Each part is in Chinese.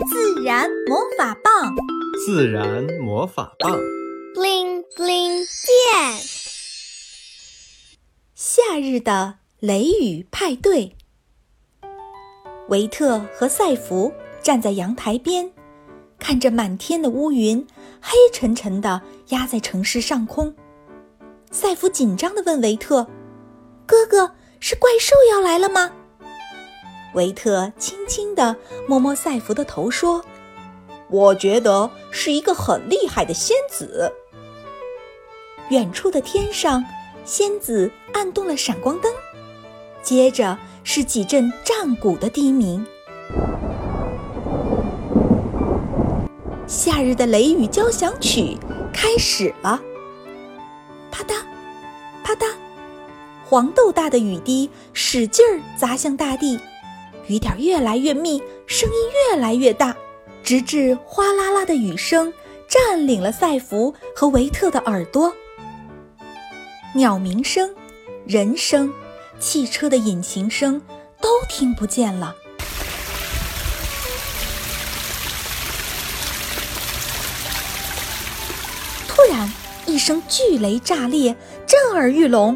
自然魔法棒， 自然魔法棒 ，bling bling 变。 夏日的雷雨派对。维特和赛弗站在阳台边，看着满天的乌云黑沉沉地压在城市上空。赛弗紧张地问维特：“哥哥，是怪兽要来了吗？”维特轻轻地摸摸赛弗的头说：“我觉得是一个很厉害的仙子。”远处的天上，仙子按动了闪光灯，接着是几阵战鼓的低鸣。夏日的雷雨交响曲开始了，啪嗒啪嗒，黄豆大的雨滴使劲儿砸向大地，雨点越来越密，声音越来越大，直至哗啦啦的雨声占领了赛弗和维特的耳朵。鸟鸣声、人声、汽车的引擎声都听不见了。突然，一声巨雷炸裂，震耳欲聋。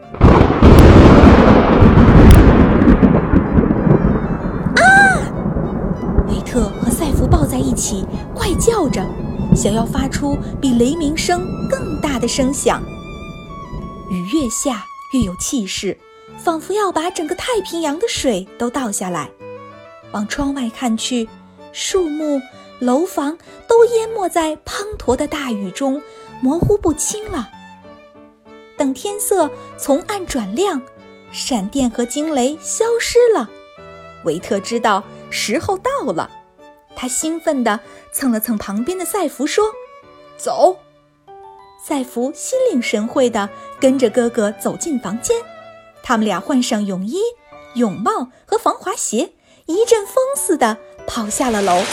维特和赛弗抱在一起，怪叫着，想要发出比雷鸣声更大的声响。雨越下越有气势，仿佛要把整个太平洋的水都倒下来。往窗外看去，树木、楼房都淹没在滂沱的大雨中，模糊不清了。等天色从暗转亮，闪电和惊雷消失了，维特知道时候到了。他兴奋地蹭了蹭旁边的赛弗说：“走！”赛弗心领神会地跟着哥哥走进房间，他们俩换上泳衣、泳帽和防滑鞋，一阵风似的跑下了楼。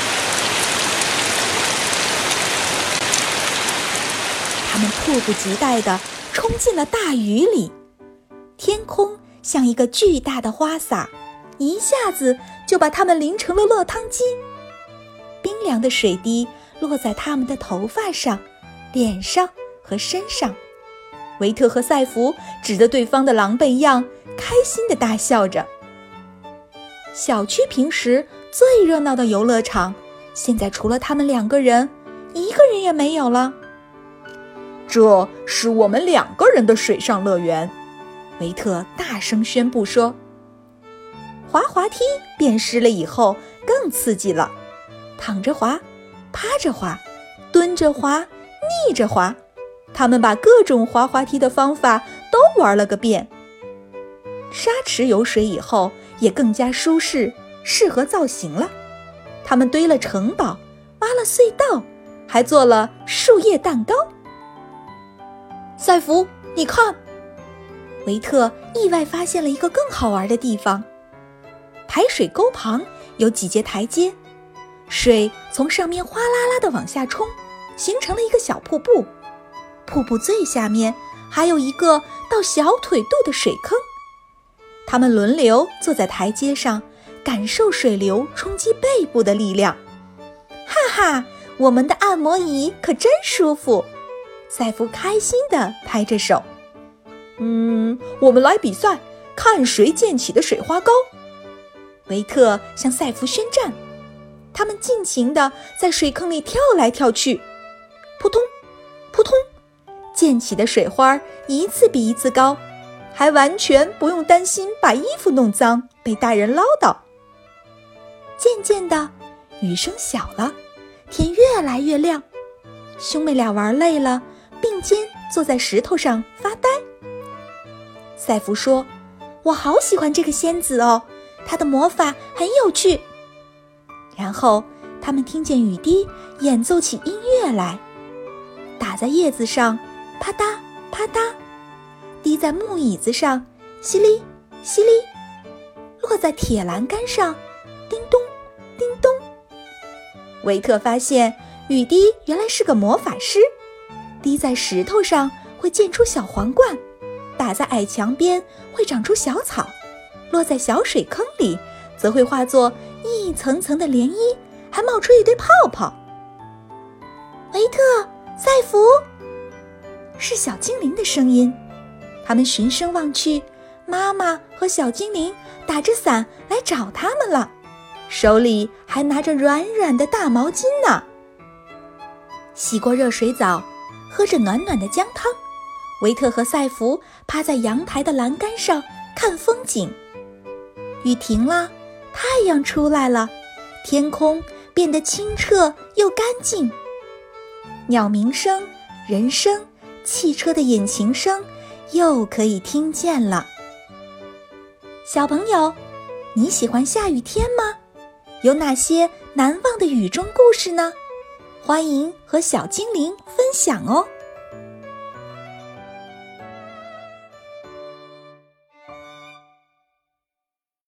他们迫不及待地冲进了大雨里，天空像一个巨大的花洒，一下子就把他们淋成了落汤鸡。冰凉的水滴落在他们的头发上、脸上和身上。维特和赛弗指着对方的狼狈样，开心地大笑着。小区平时最热闹的游乐场，现在除了他们两个人，一个人也没有了。这是我们2个人的水上乐园，维特大声宣布说。滑滑梯变湿了以后更刺激了，躺着滑，趴着滑，蹲着滑，逆着滑，他们把各种滑滑梯的方法都玩了个遍。沙池有水以后也更加舒适，适合造型了。他们堆了城堡，挖了隧道，还做了树叶蛋糕。赛弗，你看，维特意外发现了一个更好玩的地方。排水沟旁有几节台阶，水从上面哗啦啦地往下冲，形成了一个小瀑布。瀑布最下面还有一个到小腿肚的水坑。他们轮流坐在台阶上，感受水流冲击背部的力量。哈哈，我们的按摩椅可真舒服！赛弗开心地拍着手。我们来比赛，看谁溅起的水花高。维特向赛弗宣战。他们尽情地在水坑里跳来跳去，扑通扑通，溅起的水花一次比一次高，还完全不用担心把衣服弄脏，被大人唠叨。渐渐的，雨声小了，天越来越亮。兄妹俩玩累了，并肩坐在石头上发呆。赛弗说：“我好喜欢这个仙子哦，她的魔法很有趣。”然后他们听见雨滴演奏起音乐来，打在叶子上，啪嗒啪嗒，滴在木椅子上，淅沥淅沥，落在铁栏杆上，叮咚叮咚。维特发现雨滴原来是个魔法师，滴在石头上会溅出小皇冠，打在矮墙边会长出小草，落在小水坑里则会化作一层层的涟漪， 还冒出一堆泡泡。维特，赛弗，是小精灵的声音。他们循声望去，妈妈和小精灵打着伞来找他们了，手里还拿着软软的大毛巾呢。洗过热水澡，喝着暖暖的姜汤，维特和赛弗趴在阳台的栏杆上看风景。雨停了，太阳出来了，天空变得清澈又干净。鸟鸣声、人声、汽车的引擎声又可以听见了。小朋友，你喜欢下雨天吗？有哪些难忘的雨中故事呢？欢迎和小精灵分享哦。